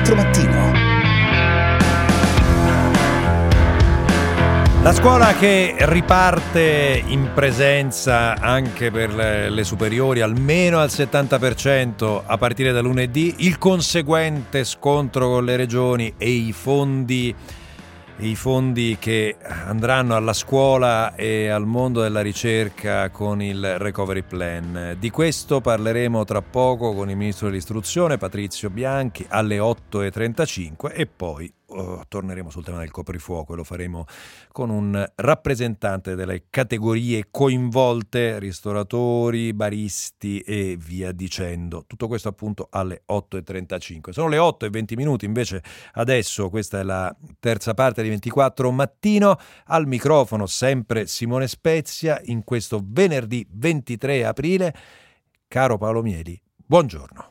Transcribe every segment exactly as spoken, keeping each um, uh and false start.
ventiquattro Mattino. La scuola che riparte in presenza anche per le, le superiori almeno al settanta per cento a partire da lunedì, il conseguente scontro con le regioni e i fondi i fondi che andranno alla scuola e al mondo della ricerca con il Recovery Plan. Di questo parleremo tra poco con il Ministro dell'Istruzione Patrizio Bianchi alle otto e trentacinque e poi oh, torneremo sul tema del coprifuoco e lo faremo con un rappresentante delle categorie coinvolte, ristoratori, baristi e via dicendo. Tutto questo appunto alle otto e trentacinque. Sono le otto e venti minuti, invece adesso questa è la terza parte di ventiquattro Mattino. Al microfono sempre Simone Spezia in questo venerdì ventitré aprile. Caro Paolo Mieli, buongiorno.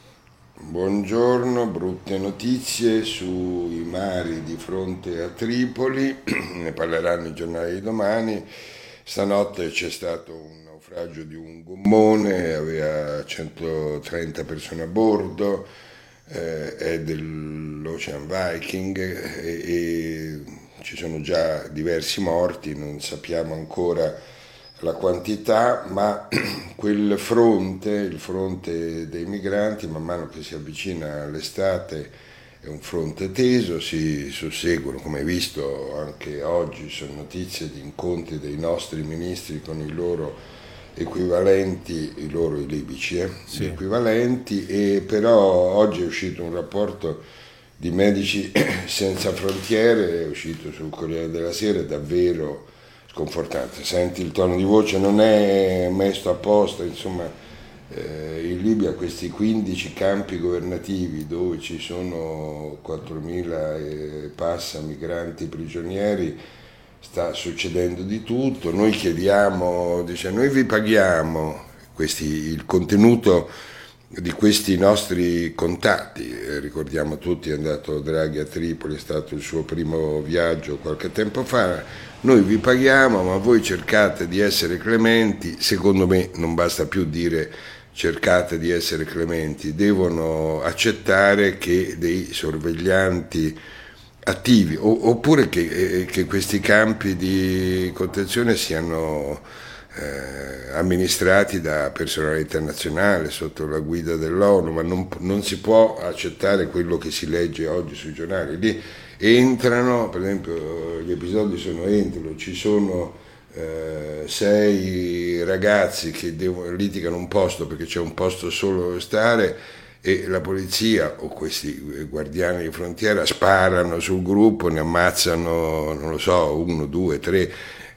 Buongiorno, brutte notizie sui mari di fronte a Tripoli, ne parleranno i giornali di domani. Stanotte c'è stato un naufragio di un gommone, aveva centotrenta persone a bordo, eh, è dell'Ocean Viking e, e ci sono già diversi morti, non sappiamo ancora la quantità, ma quel fronte, il fronte dei migranti, man mano che si avvicina all'estate, è un fronte teso, si susseguono, come hai visto anche oggi, sono notizie di incontri dei nostri ministri con i loro equivalenti, i loro i libici, eh, sì. Gli equivalenti, e però oggi è uscito un rapporto di Medici Senza Frontiere, è uscito sul Corriere della Sera, davvero sconfortante. Senti il tono di voce, non è messo apposta, insomma, eh, in Libia questi quindici campi governativi dove ci sono quattromila e passa migranti prigionieri, sta succedendo di tutto. Noi chiediamo, dice, noi vi paghiamo questi, il contenuto di questi nostri contatti, eh, ricordiamo tutti, è andato Draghi a Tripoli, è stato il suo primo viaggio qualche tempo fa. Noi vi paghiamo, ma voi cercate di essere clementi. Secondo me non basta più dire cercate di essere clementi, devono accettare che dei sorveglianti attivi, o, oppure che, eh, che questi campi di contenzione siano eh, amministrati da personale internazionale sotto la guida dell'ONU, ma non, non si può accettare quello che si legge oggi sui giornali. Lì entrano, per esempio gli episodi sono entrano, ci sono eh, sei ragazzi che devono, litigano un posto perché c'è un posto solo dove stare e la polizia o questi guardiani di frontiera sparano sul gruppo, ne ammazzano, non lo so, uno, due, tre,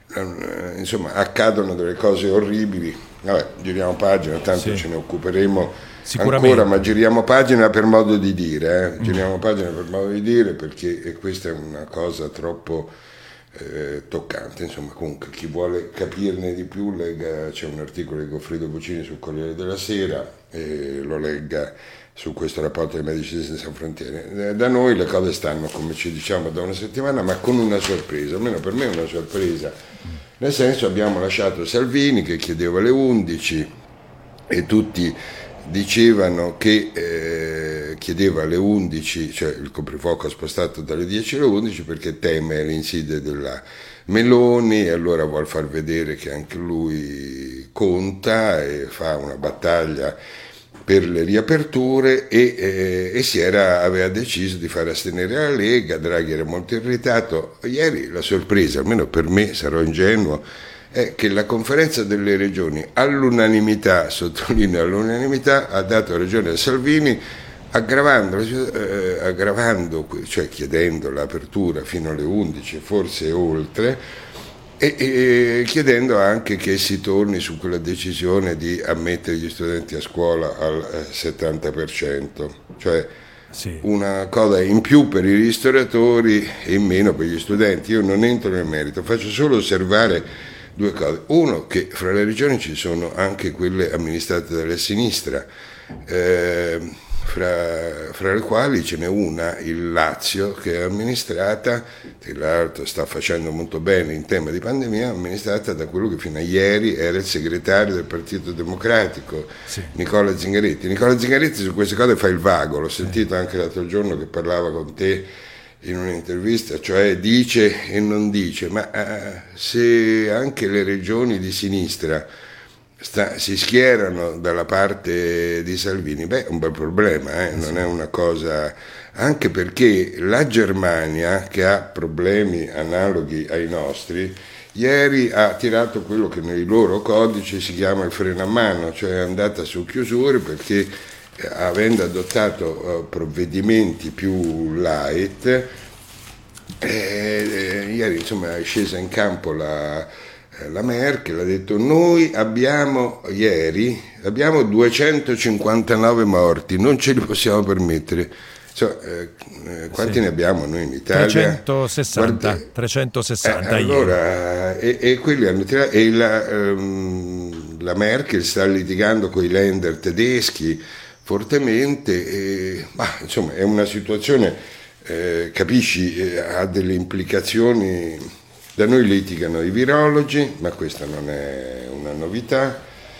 insomma accadono delle cose orribili. Vabbè, giriamo pagina, tanto sì, ce ne occuperemo ancora, ma giriamo pagina per modo di dire, eh? giriamo mm. pagina per modo di dire perché questa è una cosa troppo eh, toccante. Insomma, comunque chi vuole capirne di più legga, c'è un articolo di Goffredo Buccini sul Corriere della Sera e lo legga su questo rapporto dei Medici Senza Frontiere. Da noi le cose stanno come ci diciamo da una settimana, ma con una sorpresa, almeno per me è una sorpresa, nel senso abbiamo lasciato Salvini che chiedeva le undici e tutti dicevano che eh, chiedeva alle undici, cioè il coprifuoco spostato dalle dieci alle undici perché teme l'insidia della Meloni e allora vuol far vedere che anche lui conta e fa una battaglia per le riaperture e, eh, e si era, aveva deciso di far astenere la Lega. Draghi era molto irritato. Ieri la sorpresa, almeno per me, sarò ingenuo, è che la conferenza delle regioni all'unanimità, sottolineo all'unanimità, ha dato ragione a Salvini aggravando, eh, aggravando, cioè chiedendo l'apertura fino alle undici, forse oltre, e, e chiedendo anche che si torni su quella decisione di ammettere gli studenti a scuola al settanta per cento, cioè sì, una cosa in più per i ristoratori e in meno per gli studenti. Io non entro nel merito, faccio solo osservare due cose. Uno, che fra le regioni ci sono anche quelle amministrate dalla sinistra. Eh, fra, fra le quali ce n'è una, il Lazio, che è amministrata, tra l'altro sta facendo molto bene in tema di pandemia, amministrata da quello che fino a ieri era il segretario del Partito Democratico, sì. Nicola Zingaretti. Nicola Zingaretti su queste cose fa il vago, l'ho sentito anche l'altro giorno che parlava con te in un'intervista, cioè dice e non dice, ma eh, se anche le regioni di sinistra sta, si schierano dalla parte di Salvini, beh, è un bel problema, eh? Non è una cosa, anche perché la Germania, che ha problemi analoghi ai nostri, ieri ha tirato quello che nei loro codici si chiama il freno a mano, cioè è andata su chiusure perché avendo adottato uh, provvedimenti più light, eh, eh, ieri insomma è scesa in campo la, eh, la Merkel, ha detto noi abbiamo ieri abbiamo duecentocinquantanove morti, non ce li possiamo permettere. So, eh, quanti sì. ne abbiamo noi in Italia? trecentosessanta. Guarda, trecentosessanta eh, allora, e, e quelli hanno tirato, e la, um, la Merkel sta litigando con i Länder tedeschi fortemente, e, ma, insomma è una situazione, eh, capisci, eh, ha delle implicazioni. Da noi litigano i virologi, ma questa non è una novità,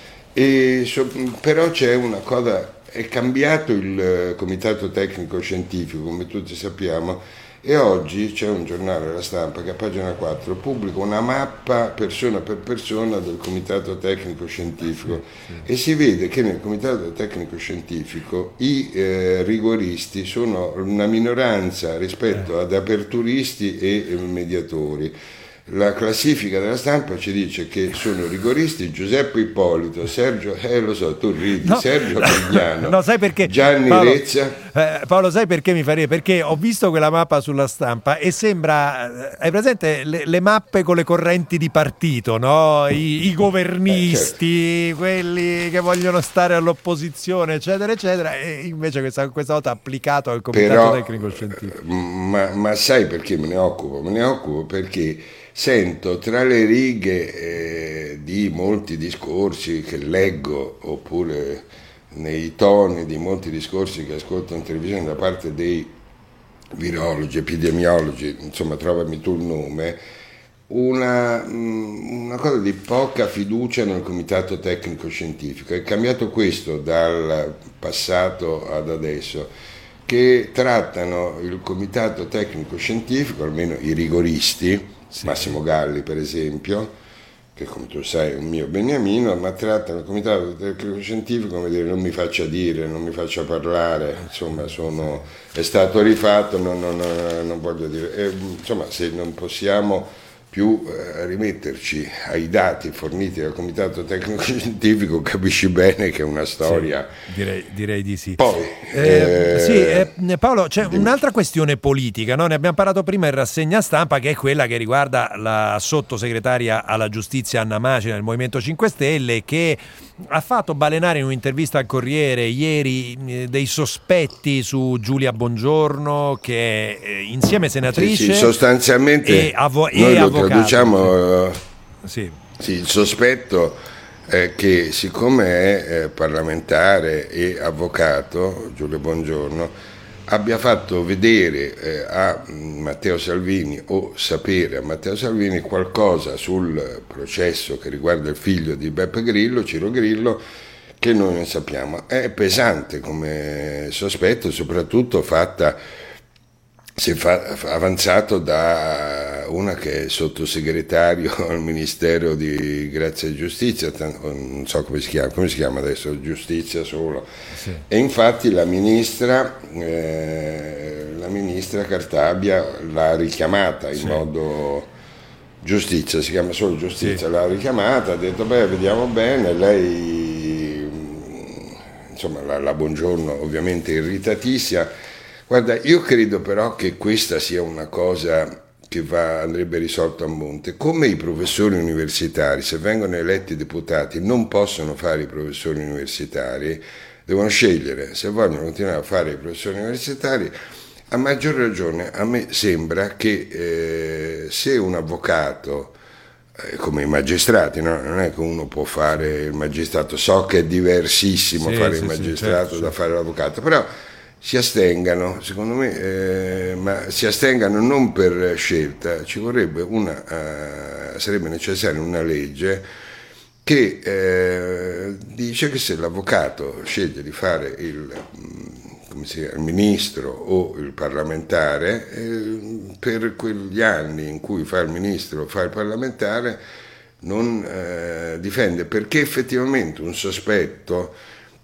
e, so, però c'è una cosa, è cambiato il comitato tecnico scientifico come tutti sappiamo, e oggi c'è un giornale, La Stampa, che a pagina quattro pubblica una mappa persona per persona del comitato tecnico scientifico, sì, sì. E si vede che nel comitato tecnico scientifico i eh, rigoristi sono una minoranza rispetto ad aperturisti e mediatori. La classifica della Stampa ci dice che sono rigoristi Giuseppe Ippolito, Sergio, eh lo so, tu ridi, no. Sergio Cagliano, no, sai perché, Gianni Paolo, Rezza. Eh, Paolo, sai perché mi fa ridere? Perché ho visto quella mappa sulla Stampa e sembra, hai presente le, le mappe con le correnti di partito, no? I, i governisti, eh, certo. Quelli che vogliono stare all'opposizione, eccetera, eccetera, e invece questa, questa volta applicato al comitato Però, tecnico scientifico. Ma, ma sai perché me ne occupo? Me ne occupo perché sento tra le righe eh, di molti discorsi che leggo, oppure nei toni di molti discorsi che ascolto in televisione da parte dei virologi, epidemiologi, insomma trovami tu il nome, una, una cosa di poca fiducia nel comitato tecnico scientifico. È cambiato questo dal passato ad adesso, che trattano il comitato tecnico scientifico, almeno i rigoristi, sì. Massimo Galli per esempio, che come tu sai è un mio beniamino, ma trattano il comitato tecnico scientifico come dire non mi faccia dire, non mi faccia parlare, insomma sono, è stato rifatto, non, non, non voglio dire, e, insomma se non possiamo più eh, rimetterci ai dati forniti dal comitato tecnico scientifico, capisci bene che è una storia. Sì, direi, direi di sì. Poi, eh, eh, sì, eh, Paolo, c'è dimmi. un'altra questione politica, no? Ne abbiamo parlato prima in rassegna stampa, che è quella che riguarda la sottosegretaria alla giustizia Anna Macina del Movimento cinque Stelle, che ha fatto balenare in un'intervista al Corriere ieri eh, dei sospetti su Giulia Bongiorno, che è eh, insieme senatrice sì, sì, sostanzialmente e, avo- e avvocato. Traduciamo sì. Sì, il sospetto è che siccome è eh, parlamentare e avvocato, Giulia Bongiorno, abbia fatto vedere eh, a Matteo Salvini o sapere a Matteo Salvini qualcosa sul processo che riguarda il figlio di Beppe Grillo, Ciro Grillo, che noi non sappiamo. È pesante come sospetto, soprattutto fatta si è fa, avanzato da una che è sottosegretario al Ministero di Grazia e Giustizia, non so come si chiama, come si chiama adesso, Giustizia solo, sì. E infatti la ministra, eh, la ministra Cartabia l'ha richiamata in sì. modo Giustizia, si chiama solo Giustizia, sì. l'ha richiamata, ha detto beh vediamo bene, lei insomma la, la Bongiorno ovviamente irritatissima. Guarda, io credo però che questa sia una cosa che va, andrebbe risolta a monte. Come i professori universitari, se vengono eletti deputati, non possono fare i professori universitari, devono scegliere se vogliono continuare a fare i professori universitari. A maggior ragione, a me sembra che eh, se un avvocato come i magistrati, no? Non è che uno può fare il magistrato, so che è diversissimo sì, fare sì, il magistrato sì, certo, da fare l'avvocato, però si astengano, secondo me, eh, ma si astengano non per scelta, ci vorrebbe una, uh, sarebbe necessaria una legge che eh, dice che se l'avvocato sceglie di fare il, come si chiama, il ministro o il parlamentare, eh, per quegli anni in cui fa il ministro o fa il parlamentare non eh, difende, perché effettivamente un sospetto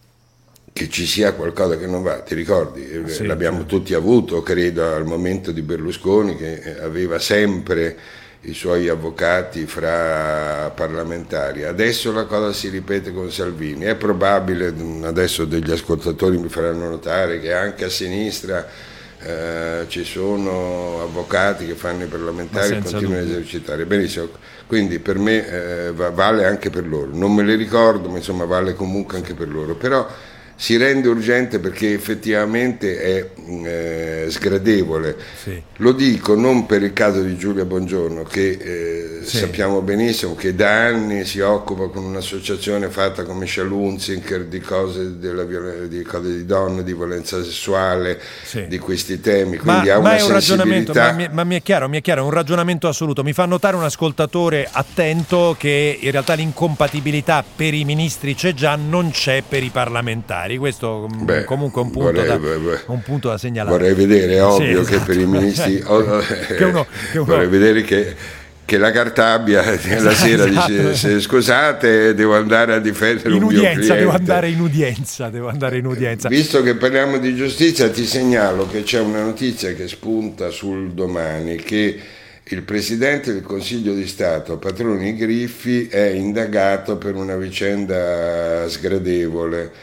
che ci sia qualcosa che non va, ti ricordi? Sì, l'abbiamo sì. tutti avuto, credo, al momento di Berlusconi, che aveva sempre i suoi avvocati fra parlamentari. Adesso la cosa si ripete con Salvini. È probabile, adesso degli ascoltatori mi faranno notare, che anche a sinistra eh, ci sono avvocati che fanno i parlamentari e continuano a esercitare. Benissimo, quindi per me eh, vale anche per loro. Non me le ricordo, ma insomma vale comunque anche per loro. Però si rende urgente perché effettivamente è eh, sgradevole. Sì. Lo dico non per il caso di Giulia Bongiorno, che eh, sì. sappiamo benissimo che da anni si occupa con un'associazione fatta come Schalunzinger di cose, della, di cose di donne, di violenza sessuale, sì. di questi temi. Quindi ma, ha una ma è un ragionamento, ma, mi, ma mi è chiaro, mi è chiaro, è un ragionamento assoluto. Mi fa notare un ascoltatore attento che in realtà l'incompatibilità per i ministri c'è già, non c'è per i parlamentari. Questo Beh, comunque è un punto, vorrei, da, beh, un punto da segnalare. Vorrei vedere, è ovvio sì, esatto. che per i ministri oh, che uno, che uno... vorrei vedere che, che la Cartabia la sera esatto. dice se, scusate devo andare a difendere in un udienza, mio cliente. Devo andare in udienza, devo andare in udienza. Visto che parliamo di giustizia, ti segnalo che c'è una notizia che spunta sul Domani, che il Presidente del Consiglio di Stato, Patroni Griffi, è indagato per una vicenda sgradevole.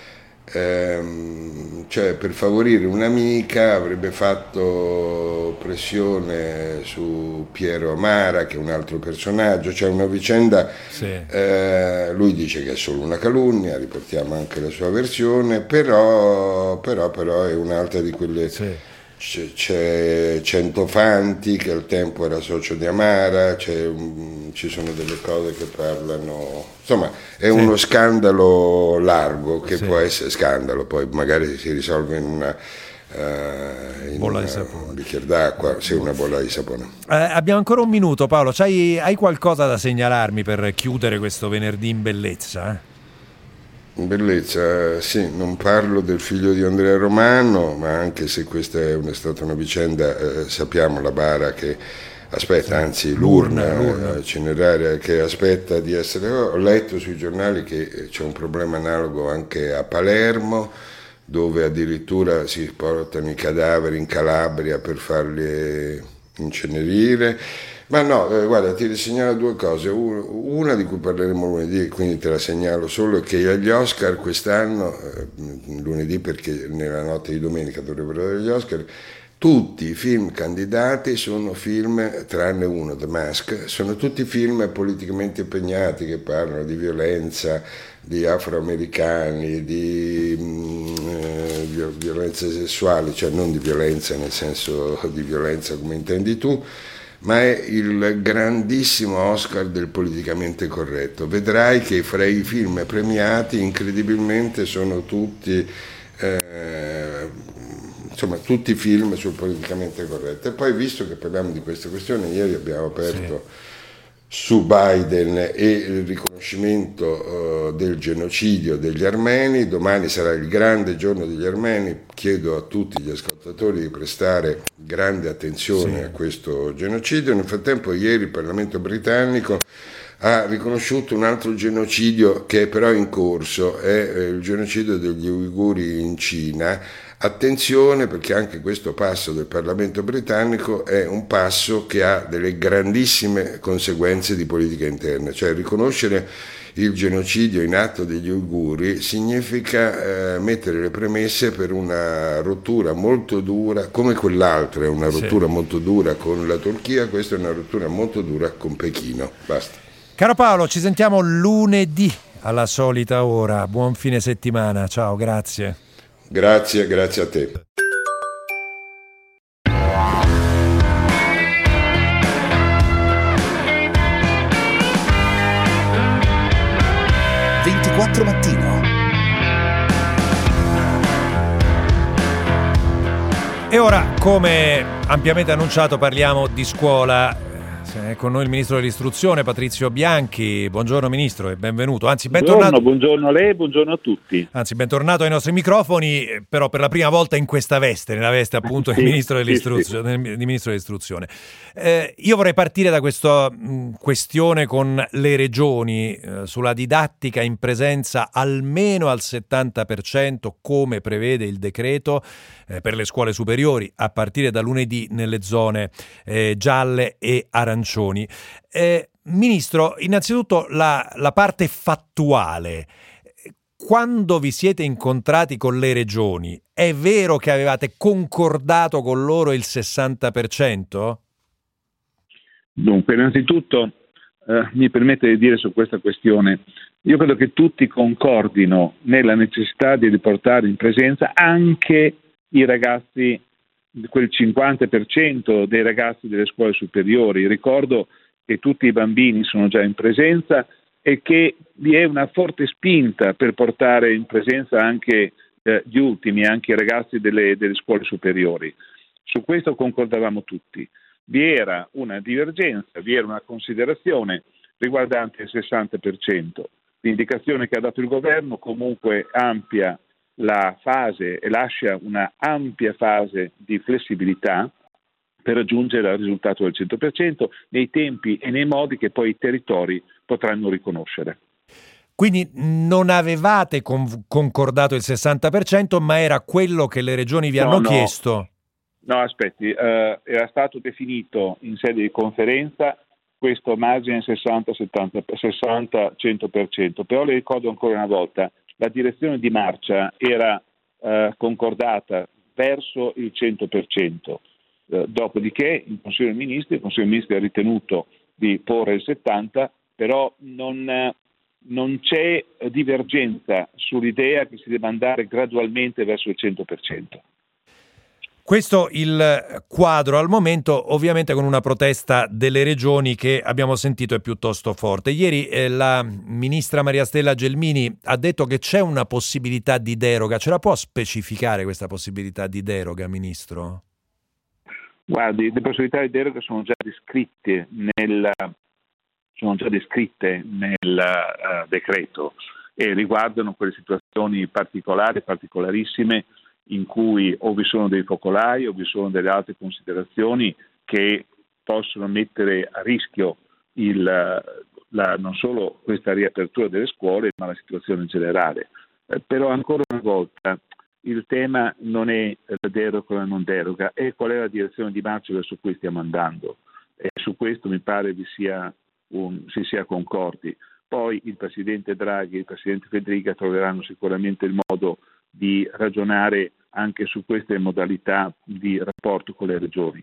Ehm, cioè per favorire un'amica avrebbe fatto pressione su Piero Amara, che è un altro personaggio, c'è una vicenda sì. eh, lui dice che è solo una calunnia, riportiamo anche la sua versione, però, però, però è un'altra di quelle sì. C'è, c'è Centofanti che al tempo era socio di Amara, c'è, um, ci sono delle cose che parlano, insomma è sì. uno scandalo largo che sì. può essere scandalo, poi magari si risolve in una uh, in bolla una, di sapone, un bicchiere d'acqua, sì, una bolla di sapone. Eh, abbiamo ancora un minuto, Paolo, c'hai, hai qualcosa da segnalarmi per chiudere questo venerdì in bellezza? Eh? In bellezza, sì, non parlo del figlio di Andrea Romano, ma anche se questa è, una, è stata una vicenda, eh, sappiamo la bara che aspetta, sì. anzi l'urna, l'urna. Eh, cineraria che aspetta di essere... Ho letto sui giornali che c'è un problema analogo anche a Palermo, dove addirittura si portano i cadaveri in Calabria per farli incenerire. Ma no, eh, guarda, ti segnalo due cose. Una di cui parleremo lunedì, quindi te la segnalo solo, è che agli Oscar quest'anno, eh, lunedì perché nella notte di domenica dovrebbero avere gli Oscar, tutti i film candidati sono film, tranne uno, The Mask, sono tutti film politicamente impegnati che parlano di violenza, di afroamericani, di eh, violenza sessuale, cioè non di violenza nel senso di violenza come intendi tu, ma è il grandissimo Oscar del politicamente corretto. Vedrai che fra i film premiati incredibilmente sono tutti eh, insomma tutti film sul politicamente corretto. E poi, visto che parliamo di questa questione, ieri abbiamo aperto sì. su Biden e il riconoscimento uh, del genocidio degli armeni. Domani sarà il grande giorno degli armeni, chiedo a tutti gli ascoltatori di prestare grande attenzione sì. a questo genocidio. Nel frattempo ieri il Parlamento britannico ha riconosciuto un altro genocidio che è però in corso, è il genocidio degli uiguri in Cina. Attenzione, perché anche questo passo del Parlamento britannico è un passo che ha delle grandissime conseguenze di politica interna, cioè riconoscere il genocidio in atto degli uiguri significa eh, mettere le premesse per una rottura molto dura, come quell'altra è una rottura sì. molto dura con la Turchia, questa è una rottura molto dura con Pechino. Basta. Caro Paolo, ci sentiamo lunedì alla solita ora, buon fine settimana, ciao, grazie. Grazie, grazie a te. quattro Mattino. E ora, come ampiamente annunciato, parliamo di scuola. È con noi il Ministro dell'Istruzione, Patrizio Bianchi. Buongiorno Ministro e benvenuto. Anzi, bentornato. Buongiorno, buongiorno a lei, buongiorno a tutti. Anzi, bentornato ai nostri microfoni, però per la prima volta in questa veste, nella veste appunto sì, di Ministro dell'Istruzione. sì, sì. Di Ministro dell'Istruzione. Eh, io vorrei partire da questa mh, questione con le regioni eh, sulla didattica in presenza almeno al settanta per cento, come prevede il decreto eh, per le scuole superiori, a partire da lunedì nelle zone eh, gialle e arancioni. Eh, Ministro, innanzitutto la, la parte fattuale. Quando vi siete incontrati con le regioni, è vero che avevate concordato con loro il sessanta per cento? Dunque, innanzitutto eh, mi permette di dire su questa questione, io credo che tutti concordino nella necessità di riportare in presenza anche i ragazzi, quel cinquanta per cento dei ragazzi delle scuole superiori. Ricordo che tutti i bambini sono già in presenza e che vi è una forte spinta per portare in presenza anche eh, gli ultimi, anche i ragazzi delle, delle scuole superiori. Su questo concordavamo tutti. Vi era una divergenza, vi era una considerazione riguardante il sessanta per cento. L'indicazione che ha dato il governo comunque amplia la fase e lascia una ampia fase di flessibilità per raggiungere il risultato del cento per cento nei tempi e nei modi che poi i territori potranno riconoscere. Quindi non avevate con- concordato il sessanta per cento, ma era quello che le regioni vi No, hanno no. chiesto? No, aspetti, eh, era stato definito in sede di conferenza questo margine sessanta cento per cento, però le ricordo ancora una volta, la direzione di marcia era eh, concordata verso il cento per cento, eh, dopodiché in Consiglio dei Ministri, il Consiglio dei Ministri ha ritenuto di porre il settanta, però non, eh, non c'è divergenza sull'idea che si debba andare gradualmente verso il cento per cento. Questo il quadro al momento, ovviamente con una protesta delle regioni che abbiamo sentito è piuttosto forte. Ieri eh, la ministra Maria Stella Gelmini ha detto che c'è una possibilità di deroga. Ce la può specificare questa possibilità di deroga, Ministro? Guardi, le possibilità di deroga sono già descritte nel, sono già descritte nel uh, decreto e riguardano quelle situazioni particolari, particolarissime, in cui o vi sono dei focolai o vi sono delle altre considerazioni che possono mettere a rischio il, la, non solo questa riapertura delle scuole, ma la situazione in generale. Eh, però ancora una volta il tema non è la deroga o la non deroga, è qual è la direzione di marcia verso cui stiamo andando. E su questo mi pare vi sia un, si sia concordi. Poi il Presidente Draghi e il Presidente Federica troveranno sicuramente il modo di ragionare anche su queste modalità di rapporto con le regioni.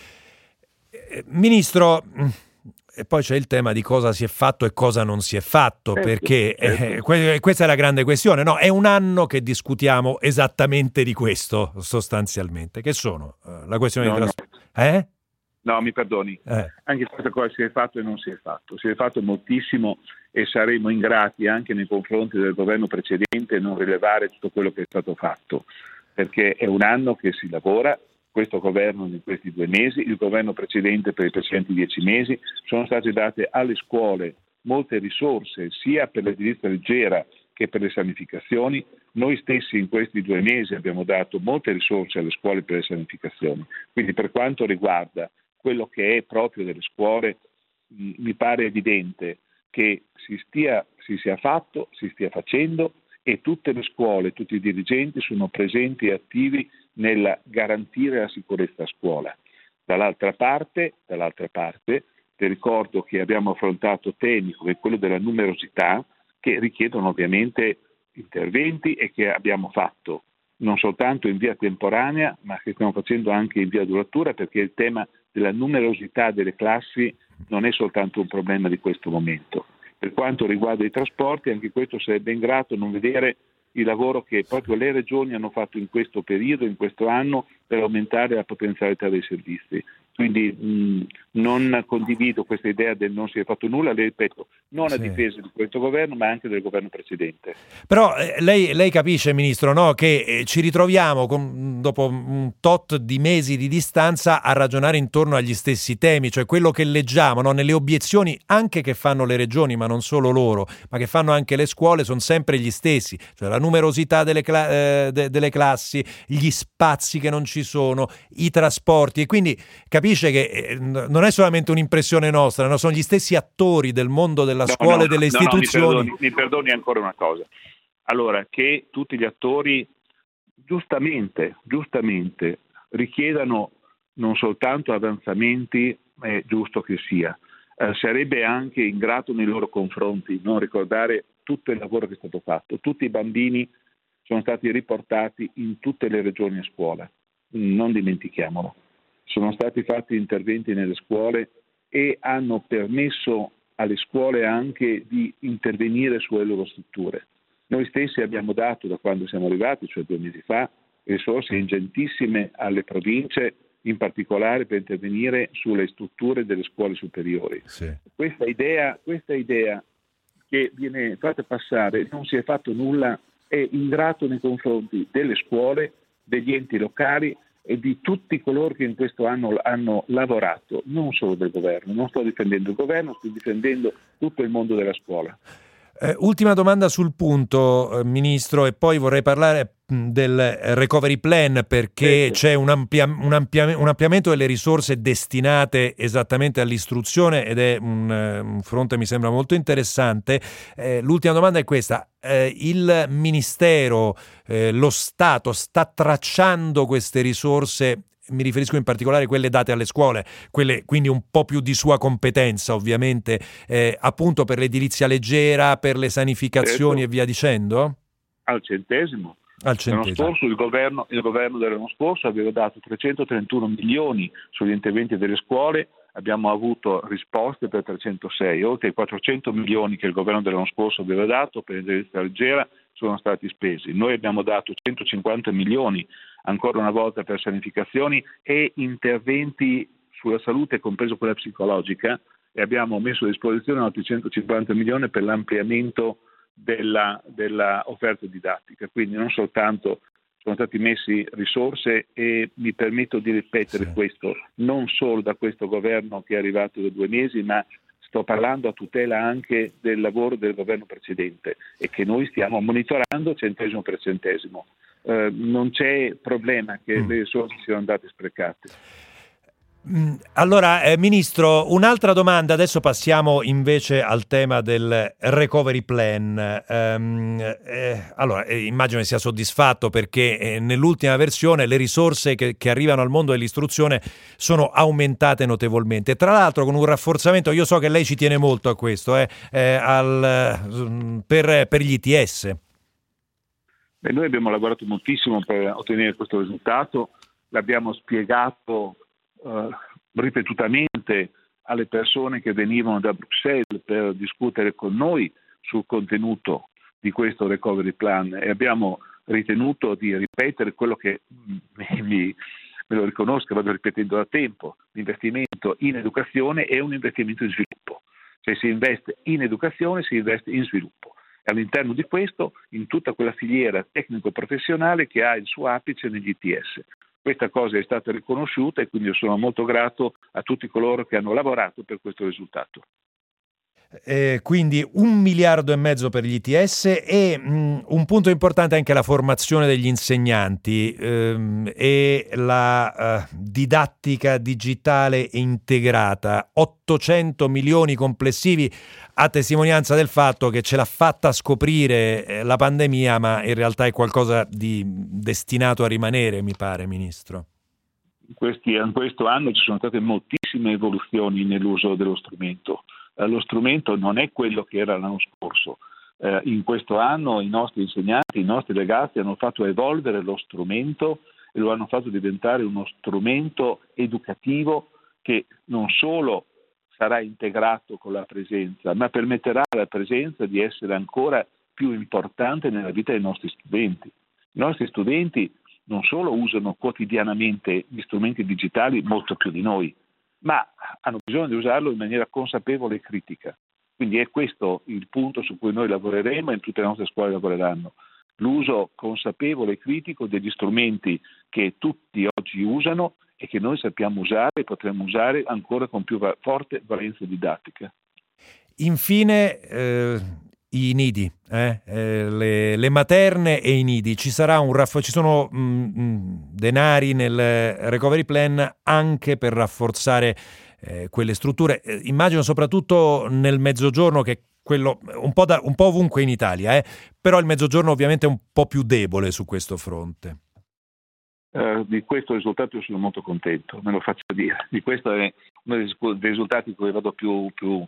Ministro, e poi c'è il tema di cosa si è fatto e cosa non si è fatto, certo, perché certo. Eh, que- questa è la grande questione, no? È un anno che discutiamo esattamente di questo, sostanzialmente. Che sono? Uh, la questione no, di trasporto. No. Eh? No, mi perdoni. Eh. Anche questa cosa si è fatto e non si è fatto. Si è fatto moltissimo e saremo ingrati anche nei confronti del governo precedente non rilevare tutto quello che è stato fatto, perché è un anno che si lavora, questo governo in questi due mesi, il governo precedente per i precedenti dieci mesi, sono state date alle scuole molte risorse sia per l'edilizia leggera che per le sanificazioni. Noi stessi in questi due mesi abbiamo dato molte risorse alle scuole per le sanificazioni, quindi per quanto riguarda quello che è proprio delle scuole, mh, mi pare evidente che si stia, si sia fatto, si stia facendo e tutte le scuole, tutti i dirigenti sono presenti e attivi nel garantire la sicurezza a scuola. Dall'altra parte, dall'altra parte, ti ricordo che abbiamo affrontato temi come quello della numerosità che richiedono ovviamente interventi e che abbiamo fatto non soltanto in via temporanea, ma che stiamo facendo anche in via duratura, perché il tema della numerosità delle classi non è soltanto un problema di questo momento. Per quanto riguarda i trasporti, anche questo sarebbe ingrato non vedere il lavoro che proprio le regioni hanno fatto in questo periodo, in questo anno, per aumentare la potenzialità dei servizi. Quindi mh, Non condivido questa idea del non si è fatto nulla, le ripeto, non a Sì. difesa di questo governo, ma anche del governo precedente. Però eh, lei, lei capisce, Ministro, no, che eh, ci ritroviamo con, dopo un tot di mesi di distanza a ragionare intorno agli stessi temi, cioè quello che leggiamo, no, nelle obiezioni anche che fanno le regioni, ma non solo loro, ma che fanno anche le scuole, sono sempre gli stessi, cioè la numerosità delle, cla- eh, de- delle classi, gli spazi che non ci sono, i trasporti, e quindi capisce che eh, non è solamente un'impressione nostra, no? Sono gli stessi attori del mondo della No, scuola no, e delle no, no, istituzioni. mi, perdoni, mi perdoni ancora una cosa. Allora, che tutti gli attori giustamente, giustamente richiedano non soltanto avanzamenti, è giusto che sia, eh, sarebbe anche ingrato nei loro confronti non ricordare tutto il lavoro che è stato fatto. Tutti i bambini sono stati riportati in tutte le regioni a scuola, non dimentichiamolo. Sono stati fatti interventi nelle scuole e hanno permesso alle scuole anche di intervenire sulle loro strutture. Noi stessi abbiamo dato, da quando siamo arrivati, cioè due mesi fa, risorse ingentissime alle province, in particolare per intervenire sulle strutture delle scuole superiori. Sì. Questa idea, questa idea che viene fatta passare, non si è fatto nulla, è ingrato nei confronti delle scuole, degli enti locali e di tutti coloro che in questo anno hanno lavorato, non solo del governo. Non sto difendendo il governo, sto difendendo tutto il mondo della scuola. Eh, ultima domanda sul punto, eh, Ministro, e poi vorrei parlare mh, del recovery plan, perché Sì. c'è un, ampia, un, ampia, un ampliamento delle risorse destinate esattamente all'istruzione ed è un, un fronte mi sembra molto interessante. Eh, l'ultima domanda è questa: eh, il Ministero, eh, lo Stato sta tracciando queste risorse? Mi riferisco in particolare a quelle date alle scuole, quelle quindi un po' più di sua competenza ovviamente, eh, appunto per l'edilizia leggera, per le sanificazioni, Certo. E via dicendo? Al centesimo. Al L'anno centesimo. scorso il governo, il governo dell'anno scorso aveva dato trecentotrentuno milioni sugli interventi delle scuole, abbiamo avuto risposte per trecentosei, oltre ai quattrocento milioni che il governo dell'anno scorso aveva dato per l'edilizia leggera sono stati spesi. Noi abbiamo dato centocinquanta milioni ancora una volta per sanificazioni e interventi sulla salute, compreso quella psicologica, e abbiamo messo a disposizione altri centocinquanta milioni per l'ampliamento della, della offerta didattica. Quindi non soltanto sono stati messi risorse, e mi permetto di ripetere Sì. questo, non solo da questo governo che è arrivato da due mesi, ma sto parlando a tutela anche del lavoro del governo precedente e che noi stiamo monitorando centesimo per centesimo. Eh, non c'è problema che Mm. le risorse siano andate sprecate. Allora, eh, Ministro, un'altra domanda, adesso passiamo invece al tema del recovery plan. Ehm, eh, allora, eh, immagino che sia soddisfatto perché eh, nell'ultima versione le risorse che, che arrivano al mondo dell'istruzione sono aumentate notevolmente. Tra l'altro con un rafforzamento, io so che lei ci tiene molto a questo, eh, eh, al, per, per gli I T S. Beh, noi abbiamo lavorato moltissimo per ottenere questo risultato, l'abbiamo spiegato Uh, ripetutamente alle persone che venivano da Bruxelles per discutere con noi sul contenuto di questo recovery plan, e abbiamo ritenuto di ripetere quello che mi, mi, me lo riconosco, vado ripetendo da tempo: l'investimento in educazione è un investimento in sviluppo. Se si investe in educazione si investe in sviluppo, e all'interno di questo in tutta quella filiera tecnico-professionale che ha il suo apice negli I T S. Questa cosa è stata riconosciuta e quindi io sono molto grato a tutti coloro che hanno lavorato per questo risultato. Eh, quindi un miliardo e mezzo per gli I T S e mh, un punto importante è anche la formazione degli insegnanti ehm, e la eh, didattica digitale integrata. ottocento milioni complessivi, a testimonianza del fatto che ce l'ha fatta scoprire eh, la pandemia, ma in realtà è qualcosa di destinato a rimanere, mi pare, Ministro. Questi, in questo anno ci sono state moltissime evoluzioni nell'uso dello strumento. Lo strumento non è quello che era l'anno scorso. Eh, in questo anno i nostri insegnanti, i nostri ragazzi hanno fatto evolvere lo strumento e lo hanno fatto diventare uno strumento educativo che non solo sarà integrato con la presenza, ma permetterà alla presenza di essere ancora più importante nella vita dei nostri studenti. I nostri studenti non solo usano quotidianamente gli strumenti digitali molto più di noi, ma hanno bisogno di usarlo in maniera consapevole e critica. Quindi è questo il punto su cui noi lavoreremo e in tutte le nostre scuole lavoreranno. L'uso consapevole e critico degli strumenti che tutti oggi usano e che noi sappiamo usare e potremmo usare ancora con più va- forte valenza didattica. Infine, eh, i nidi, eh? Eh, le, le materne e i nidi. Ci sarà un raff- ci sono mh, denari nel recovery plan anche per rafforzare eh, quelle strutture. Eh, immagino soprattutto nel mezzogiorno, che è quello un po', da, un po' ovunque in Italia, eh? Però il mezzogiorno ovviamente è un po' più debole su questo fronte. Uh, di questo risultato io sono molto contento, me lo faccio dire. Di questo è uno dei, dei risultati in cui vado più, più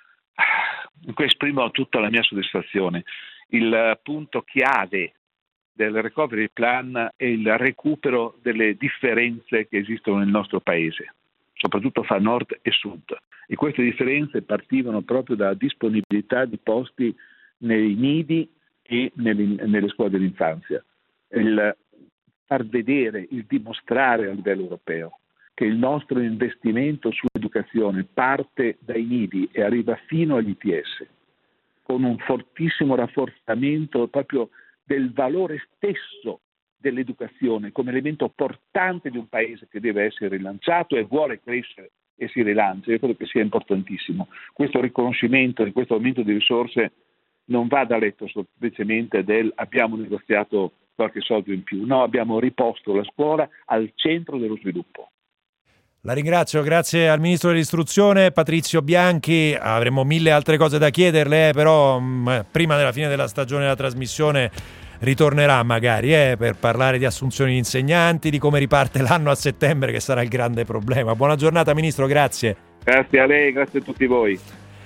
in cui esprimo tutta la mia soddisfazione. Il uh, punto chiave del recovery plan è il recupero delle differenze che esistono nel nostro paese, soprattutto fra nord e sud. E queste differenze partivano proprio dalla disponibilità di posti nei nidi e nelle, nelle scuole dell'infanzia. Il far vedere, il dimostrare a livello europeo che il nostro investimento sull'educazione parte dai nidi e arriva fino agli I T S, con un fortissimo rafforzamento proprio del valore stesso dell'educazione come elemento portante di un paese che deve essere rilanciato e vuole crescere e si rilancia. Io credo che sia importantissimo. Questo riconoscimento di questo aumento di risorse non va da letto semplicemente del abbiamo negoziato qualche soldo in più, no, abbiamo riposto la scuola al centro dello sviluppo. La ringrazio, grazie al Ministro dell'Istruzione Patrizio Bianchi. Avremmo mille altre cose da chiederle, eh, però mh, prima della fine della stagione della trasmissione ritornerà magari eh, per parlare di assunzioni di insegnanti, di come riparte l'anno a settembre, che sarà il grande problema. Buona giornata Ministro, grazie. Grazie a lei, grazie a tutti voi.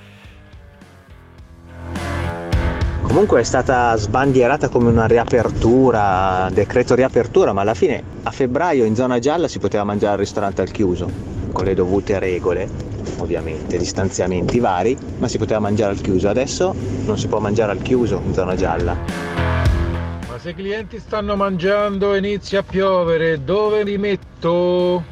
Comunque è stata sbandierata come una riapertura, decreto riapertura, ma alla fine a febbraio in zona gialla si poteva mangiare al ristorante al chiuso, con le dovute regole, ovviamente, distanziamenti vari, ma si poteva mangiare al chiuso. Adesso non si può mangiare al chiuso in zona gialla. Ma se i clienti stanno mangiando e inizia a piovere, dove li metto?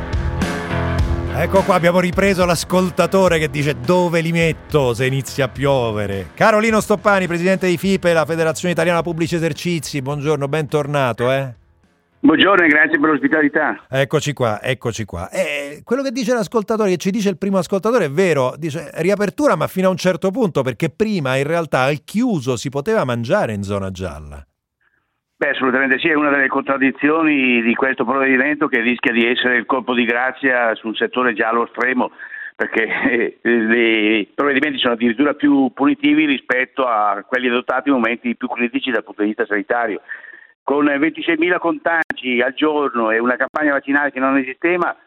Ecco qua, abbiamo ripreso l'ascoltatore che dice dove li metto se inizia a piovere. Carolino Stoppani, presidente di FIPE, la Federazione Italiana Pubblici Esercizi, buongiorno, bentornato. Eh? Buongiorno e grazie per l'ospitalità. Eccoci qua, eccoci qua. Eh, quello che dice l'ascoltatore, che ci dice il primo ascoltatore, è vero, dice riapertura ma fino a un certo punto, perché prima in realtà al chiuso si poteva mangiare in zona gialla. Beh, assolutamente sì, è una delle contraddizioni di questo provvedimento che rischia di essere il colpo di grazia sul settore giallo estremo, perché eh, i provvedimenti sono addirittura più punitivi rispetto a quelli adottati in momenti più critici dal punto di vista sanitario. Con ventiseimila contagi al giorno e una campagna vaccinale che non esisteva,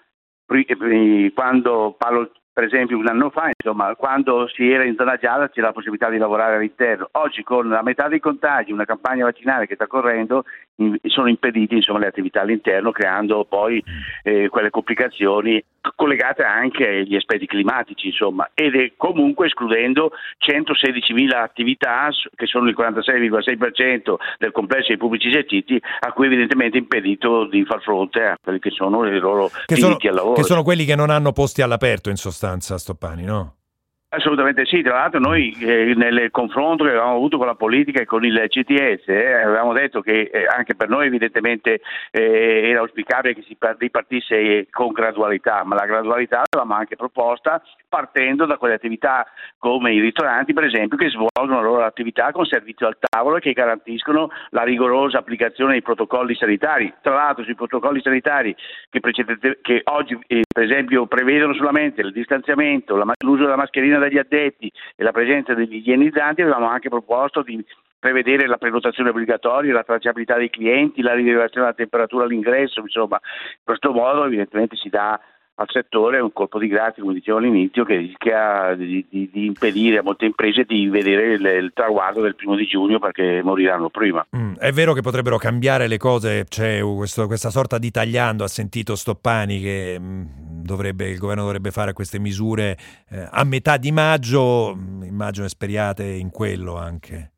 quando parlo per esempio un anno fa, insomma, quando si era in zona gialla c'era la possibilità di lavorare all'interno. Oggi con la metà dei contagi, una campagna vaccinale che sta correndo, in, sono impedite insomma le attività all'interno, creando poi eh, quelle complicazioni collegate anche agli aspetti climatici, insomma, ed è comunque escludendo centosedicimila attività che sono il quarantasei virgola sei per cento del complesso dei pubblici esercizi, a cui evidentemente è impedito di far fronte a quelli che sono i loro che diritti sono, al lavoro. Che sono quelli che non hanno posti all'aperto in sostanza, Stoppani, no? Assolutamente sì, tra l'altro noi eh, nel confronto che avevamo avuto con la politica e con il C T S eh, avevamo detto che eh, anche per noi evidentemente eh, era auspicabile che si ripartisse con gradualità, ma la gradualità l'avevamo anche proposta partendo da quelle attività come i ristoranti per esempio, che svolgono la loro attività con servizio al tavolo e che garantiscono la rigorosa applicazione dei protocolli sanitari. Tra l'altro sui protocolli sanitari che, che oggi eh, per esempio prevedono solamente il distanziamento, la, l'uso della mascherina dagli addetti e la presenza degli igienizzanti, avevamo anche proposto di prevedere la prenotazione obbligatoria, la tracciabilità dei clienti, la rilevazione della temperatura all'ingresso, insomma, in questo modo evidentemente si dà al settore un colpo di grazia, come dicevo all'inizio, che rischia di, di, di impedire a molte imprese di vedere il, il traguardo del primo di giugno perché moriranno prima. Mm, è vero che potrebbero cambiare le cose, c'è questo, questa sorta di tagliando, ha sentito Stoppani che mh, dovrebbe, il governo dovrebbe fare queste misure eh, a metà di maggio, mh, immagino speriate in quello anche.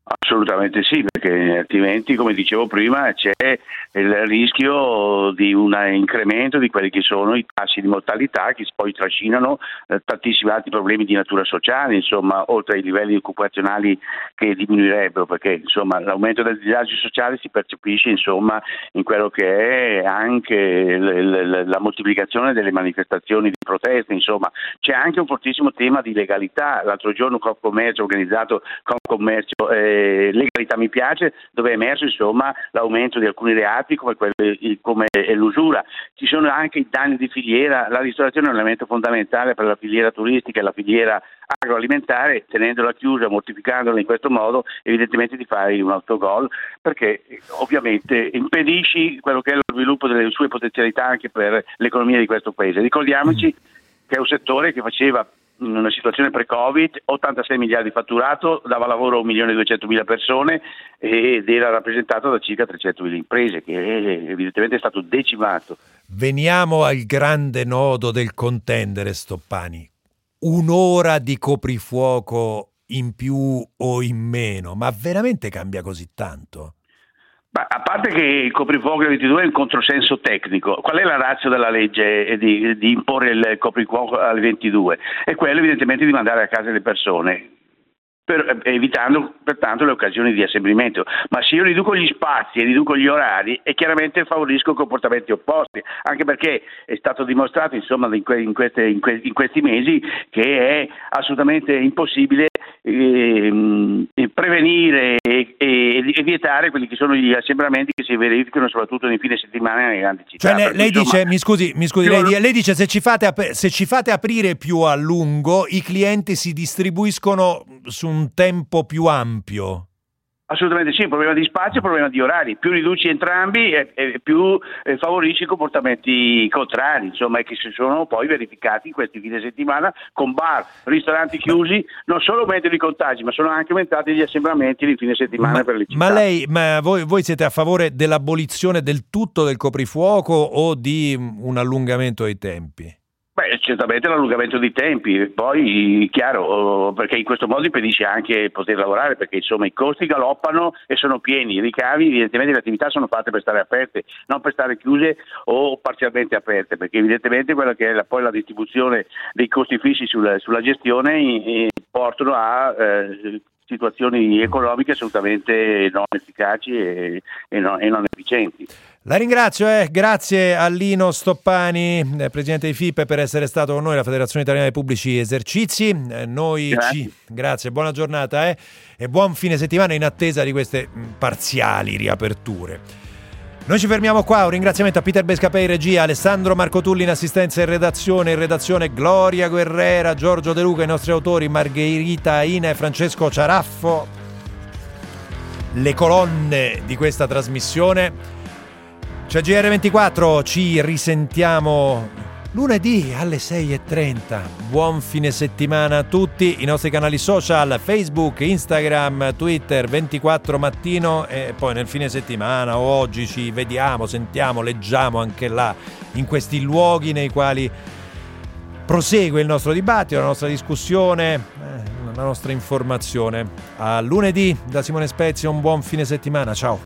Assolutamente sì, perché altrimenti, come dicevo prima, c'è il rischio di un incremento di quelli che sono i tassi di mortalità che poi trascinano eh, tantissimi altri problemi di natura sociale, insomma, oltre ai livelli occupazionali che diminuirebbero, perché insomma l'aumento del disagio sociale si percepisce insomma in quello che è anche l- l- la moltiplicazione delle manifestazioni di protesta, insomma c'è anche un fortissimo tema di legalità. L'altro giorno Confcommercio ha organizzato Confcommercio eh, Legalità mi piace, dove è emerso insomma l'aumento di alcuni reati come, quelli, come l'usura. Ci sono anche i danni di filiera. La ristorazione è un elemento fondamentale per la filiera turistica e la filiera agroalimentare. Tenendola chiusa, mortificandola in questo modo, evidentemente ti fai un autogol, perché ovviamente impedisci quello che è lo sviluppo delle sue potenzialità anche per l'economia di questo paese. Ricordiamoci che è un settore che faceva, in una situazione pre-Covid, ottantasei miliardi di fatturato, dava lavoro a un milione e duecentomila persone ed era rappresentato da circa trecentomila imprese, che evidentemente è stato decimato. Veniamo al grande nodo del contendere, Stoppani. Un'ora di coprifuoco in più o in meno, ma veramente cambia così tanto? Ma a parte che il coprifuoco alle ventidue è un controsenso tecnico, qual è la ratio della legge di, di imporre il coprifuoco alle ventidue? È quello evidentemente di mandare a casa le persone, per, evitando pertanto le occasioni di assemblimento. Ma se io riduco gli spazi e riduco gli orari, e chiaramente favorisco comportamenti opposti, anche perché è stato dimostrato insomma in, que, in, queste, in, que, in questi mesi che è assolutamente impossibile eh, prevenire e, e, e vietare quelli che sono gli assembramenti che si verificano soprattutto nei fine settimana nelle grandi città. Cioè, lei, perché, lei insomma, dice, mi scusi, mi scusi, lei, lei dice se ci fate ap- se ci fate aprire più a lungo, i clienti si distribuiscono su un tempo più ampio. Assolutamente sì, un problema di spazio, un problema di orari. Più riduci entrambi e, e più eh, favorisci comportamenti contrari, insomma, e che si sono poi verificati in questi fine settimana con bar, ristoranti chiusi. Non solo aumentano i contagi, ma sono anche aumentati gli assembramenti di fine settimana Ma, per le città. ma lei, ma voi, voi siete a favore dell'abolizione del tutto del coprifuoco o di un allungamento dei tempi? Beh, certamente l'allungamento dei tempi, poi chiaro, perché in questo modo impedisce anche poter lavorare, perché insomma i costi galoppano e sono pieni, i ricavi, evidentemente le attività sono fatte per stare aperte, non per stare chiuse o parzialmente aperte, perché evidentemente quella che è la, poi la distribuzione dei costi fissi sulla, sulla gestione eh, portano a eh, situazioni economiche assolutamente non efficaci e, e, non, e non efficienti. La ringrazio, eh. Grazie a Lino Stoppani, eh, presidente di F I P E, per essere stato con noi, la Federazione Italiana dei Pubblici Esercizi. Eh, noi grazie. Ci... grazie, buona giornata eh. e buon fine settimana in attesa di queste mh, parziali riaperture. Noi ci fermiamo qua, un ringraziamento a Peter Bescapè in regia, Alessandro Marcotulli in assistenza e redazione, in redazione Gloria Guerrera, Giorgio De Luca, i nostri autori Margherita Aina e Francesco Ciaraffo, le colonne di questa trasmissione. C'è G R ventiquattro, ci risentiamo lunedì alle sei e trenta. Buon fine settimana a tutti. I nostri canali social, Facebook, Instagram, Twitter, ventiquattro mattino, e poi nel fine settimana o oggi ci vediamo, sentiamo, leggiamo anche là, in questi luoghi nei quali prosegue il nostro dibattito, la nostra discussione, eh, la nostra informazione. A lunedì da Simone Spezia, un buon fine settimana, ciao.